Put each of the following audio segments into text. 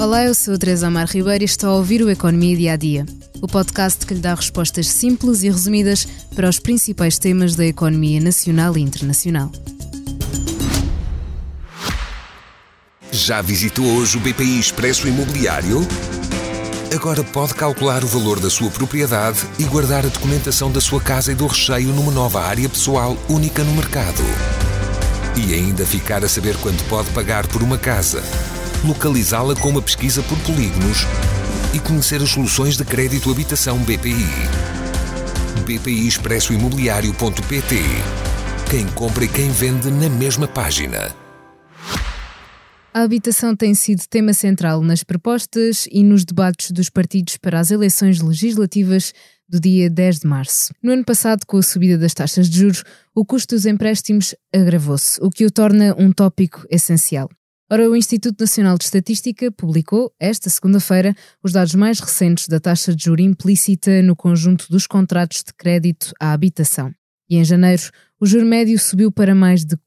Olá, eu sou a Teresa Amar Ribeiro e estou a ouvir o Economia Dia a Dia, o podcast que lhe dá respostas simples e resumidas para os principais temas da economia nacional e internacional. Já visitou hoje o BPI Expresso Imobiliário? Agora pode calcular o valor da sua propriedade e guardar a documentação da sua casa e do recheio numa nova área pessoal única no mercado. E ainda ficar a saber quanto pode pagar por uma casa, localizá-la com uma pesquisa por polígonos e conhecer as soluções de crédito habitação BPI. BPI Expresso Imobiliário.pt. Quem compra e quem vende na mesma página. A habitação tem sido tema central nas propostas e nos debates dos partidos para as eleições legislativas do dia 10 de março. No ano passado, com a subida das taxas de juros, o custo dos empréstimos agravou-se, o que o torna um tópico essencial. Ora, o Instituto Nacional de Estatística publicou, esta segunda-feira, os dados mais recentes da taxa de juros implícita no conjunto dos contratos de crédito à habitação. E em janeiro, o juro médio subiu para mais de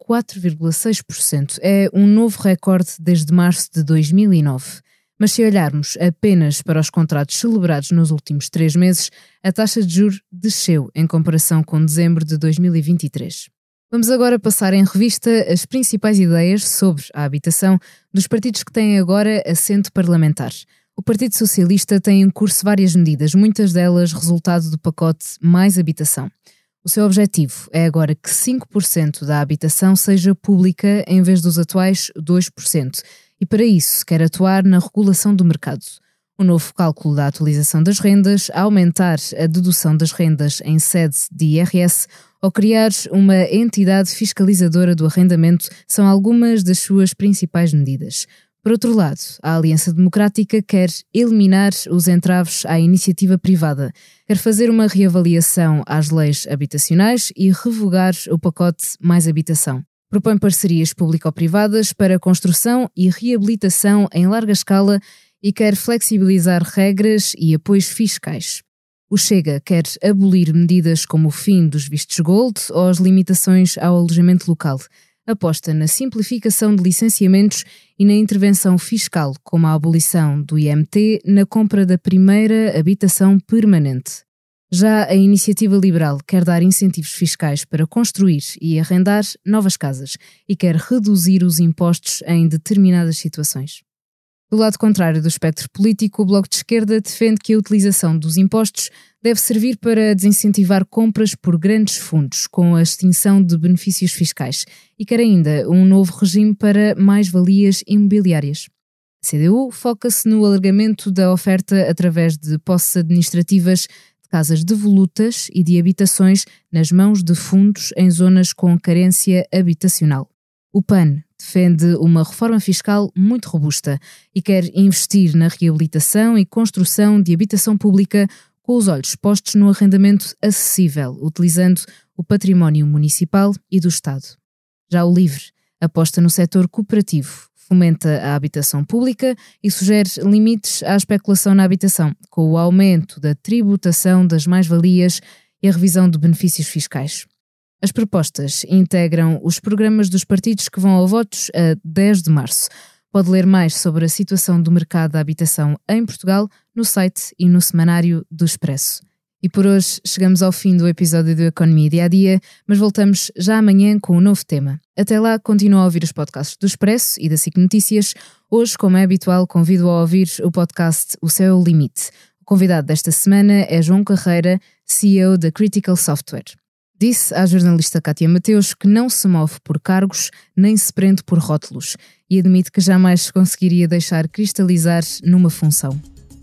4,6%. É um novo recorde desde março de 2009. Mas se olharmos apenas para os contratos celebrados nos últimos 3 meses, a taxa de juros desceu em comparação com dezembro de 2023. Vamos agora passar em revista as principais ideias sobre a habitação dos partidos que têm agora assento parlamentar. O Partido Socialista tem em curso várias medidas, muitas delas resultado do pacote Mais Habitação. O seu objetivo é agora que 5% da habitação seja pública em vez dos atuais 2%, e para isso quer atuar na regulação do mercado. O novo cálculo da atualização das rendas, aumentar a dedução das rendas em sede de IRS ou criar uma entidade fiscalizadora do arrendamento são algumas das suas principais medidas. Por outro lado, a Aliança Democrática quer eliminar os entraves à iniciativa privada, quer fazer uma reavaliação às leis habitacionais e revogar o pacote Mais Habitação. Propõe parcerias público-privadas para construção e reabilitação em larga escala e quer flexibilizar regras e apoios fiscais. O Chega quer abolir medidas como o fim dos vistos gold ou as limitações ao alojamento local. Aposta na simplificação de licenciamentos e na intervenção fiscal, como a abolição do IMT na compra da primeira habitação permanente. Já a Iniciativa Liberal quer dar incentivos fiscais para construir e arrendar novas casas e quer reduzir os impostos em determinadas situações. Do lado contrário do espectro político, o Bloco de Esquerda defende que a utilização dos impostos deve servir para desincentivar compras por grandes fundos, com a extinção de benefícios fiscais, e quer ainda um novo regime para mais-valias imobiliárias. A CDU foca-se no alargamento da oferta através de posses administrativas de casas devolutas e de habitações nas mãos de fundos em zonas com carência habitacional. O PAN defende uma reforma fiscal muito robusta e quer investir na reabilitação e construção de habitação pública com os olhos postos no arrendamento acessível, utilizando o património municipal e do Estado. Já o LIVRE aposta no setor cooperativo, fomenta a habitação pública e sugere limites à especulação na habitação, com o aumento da tributação das mais-valias e a revisão de benefícios fiscais. As propostas integram os programas dos partidos que vão ao votos a 10 de março. Pode ler mais sobre a situação do mercado da habitação em Portugal no site e no semanário do Expresso. E por hoje chegamos ao fim do episódio do Economia Dia a Dia, mas voltamos já amanhã com um novo tema. Até lá, continua a ouvir os podcasts do Expresso e da SIC Notícias. Hoje, como é habitual, convido a ouvir o podcast O Céu é o Limite. O convidado desta semana é João Carreira, CEO da Critical Software. Disse à jornalista Cátia Mateus que não se move por cargos nem se prende por rótulos e admite que jamais se conseguiria deixar cristalizar numa função.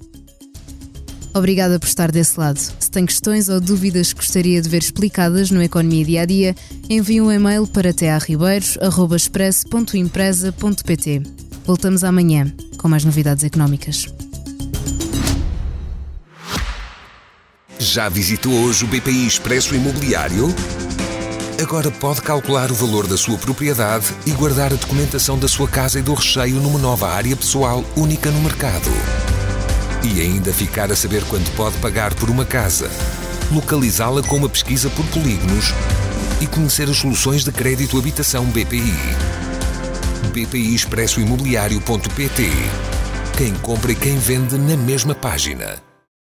Obrigada por estar desse lado. Se tem questões ou dúvidas que gostaria de ver explicadas no Economia Dia a Dia, envie um e-mail para tearribeiros@expresso.empresa.pt. Voltamos amanhã com mais novidades económicas. Já visitou hoje o BPI Expresso Imobiliário? Agora pode calcular o valor da sua propriedade e guardar a documentação da sua casa e do recheio numa nova área pessoal única no mercado. E ainda ficar a saber quanto pode pagar por uma casa, localizá-la com uma pesquisa por polígonos e conhecer as soluções de crédito habitação BPI. BPI Expresso Imobiliário.pt. Quem compra e quem vende na mesma página.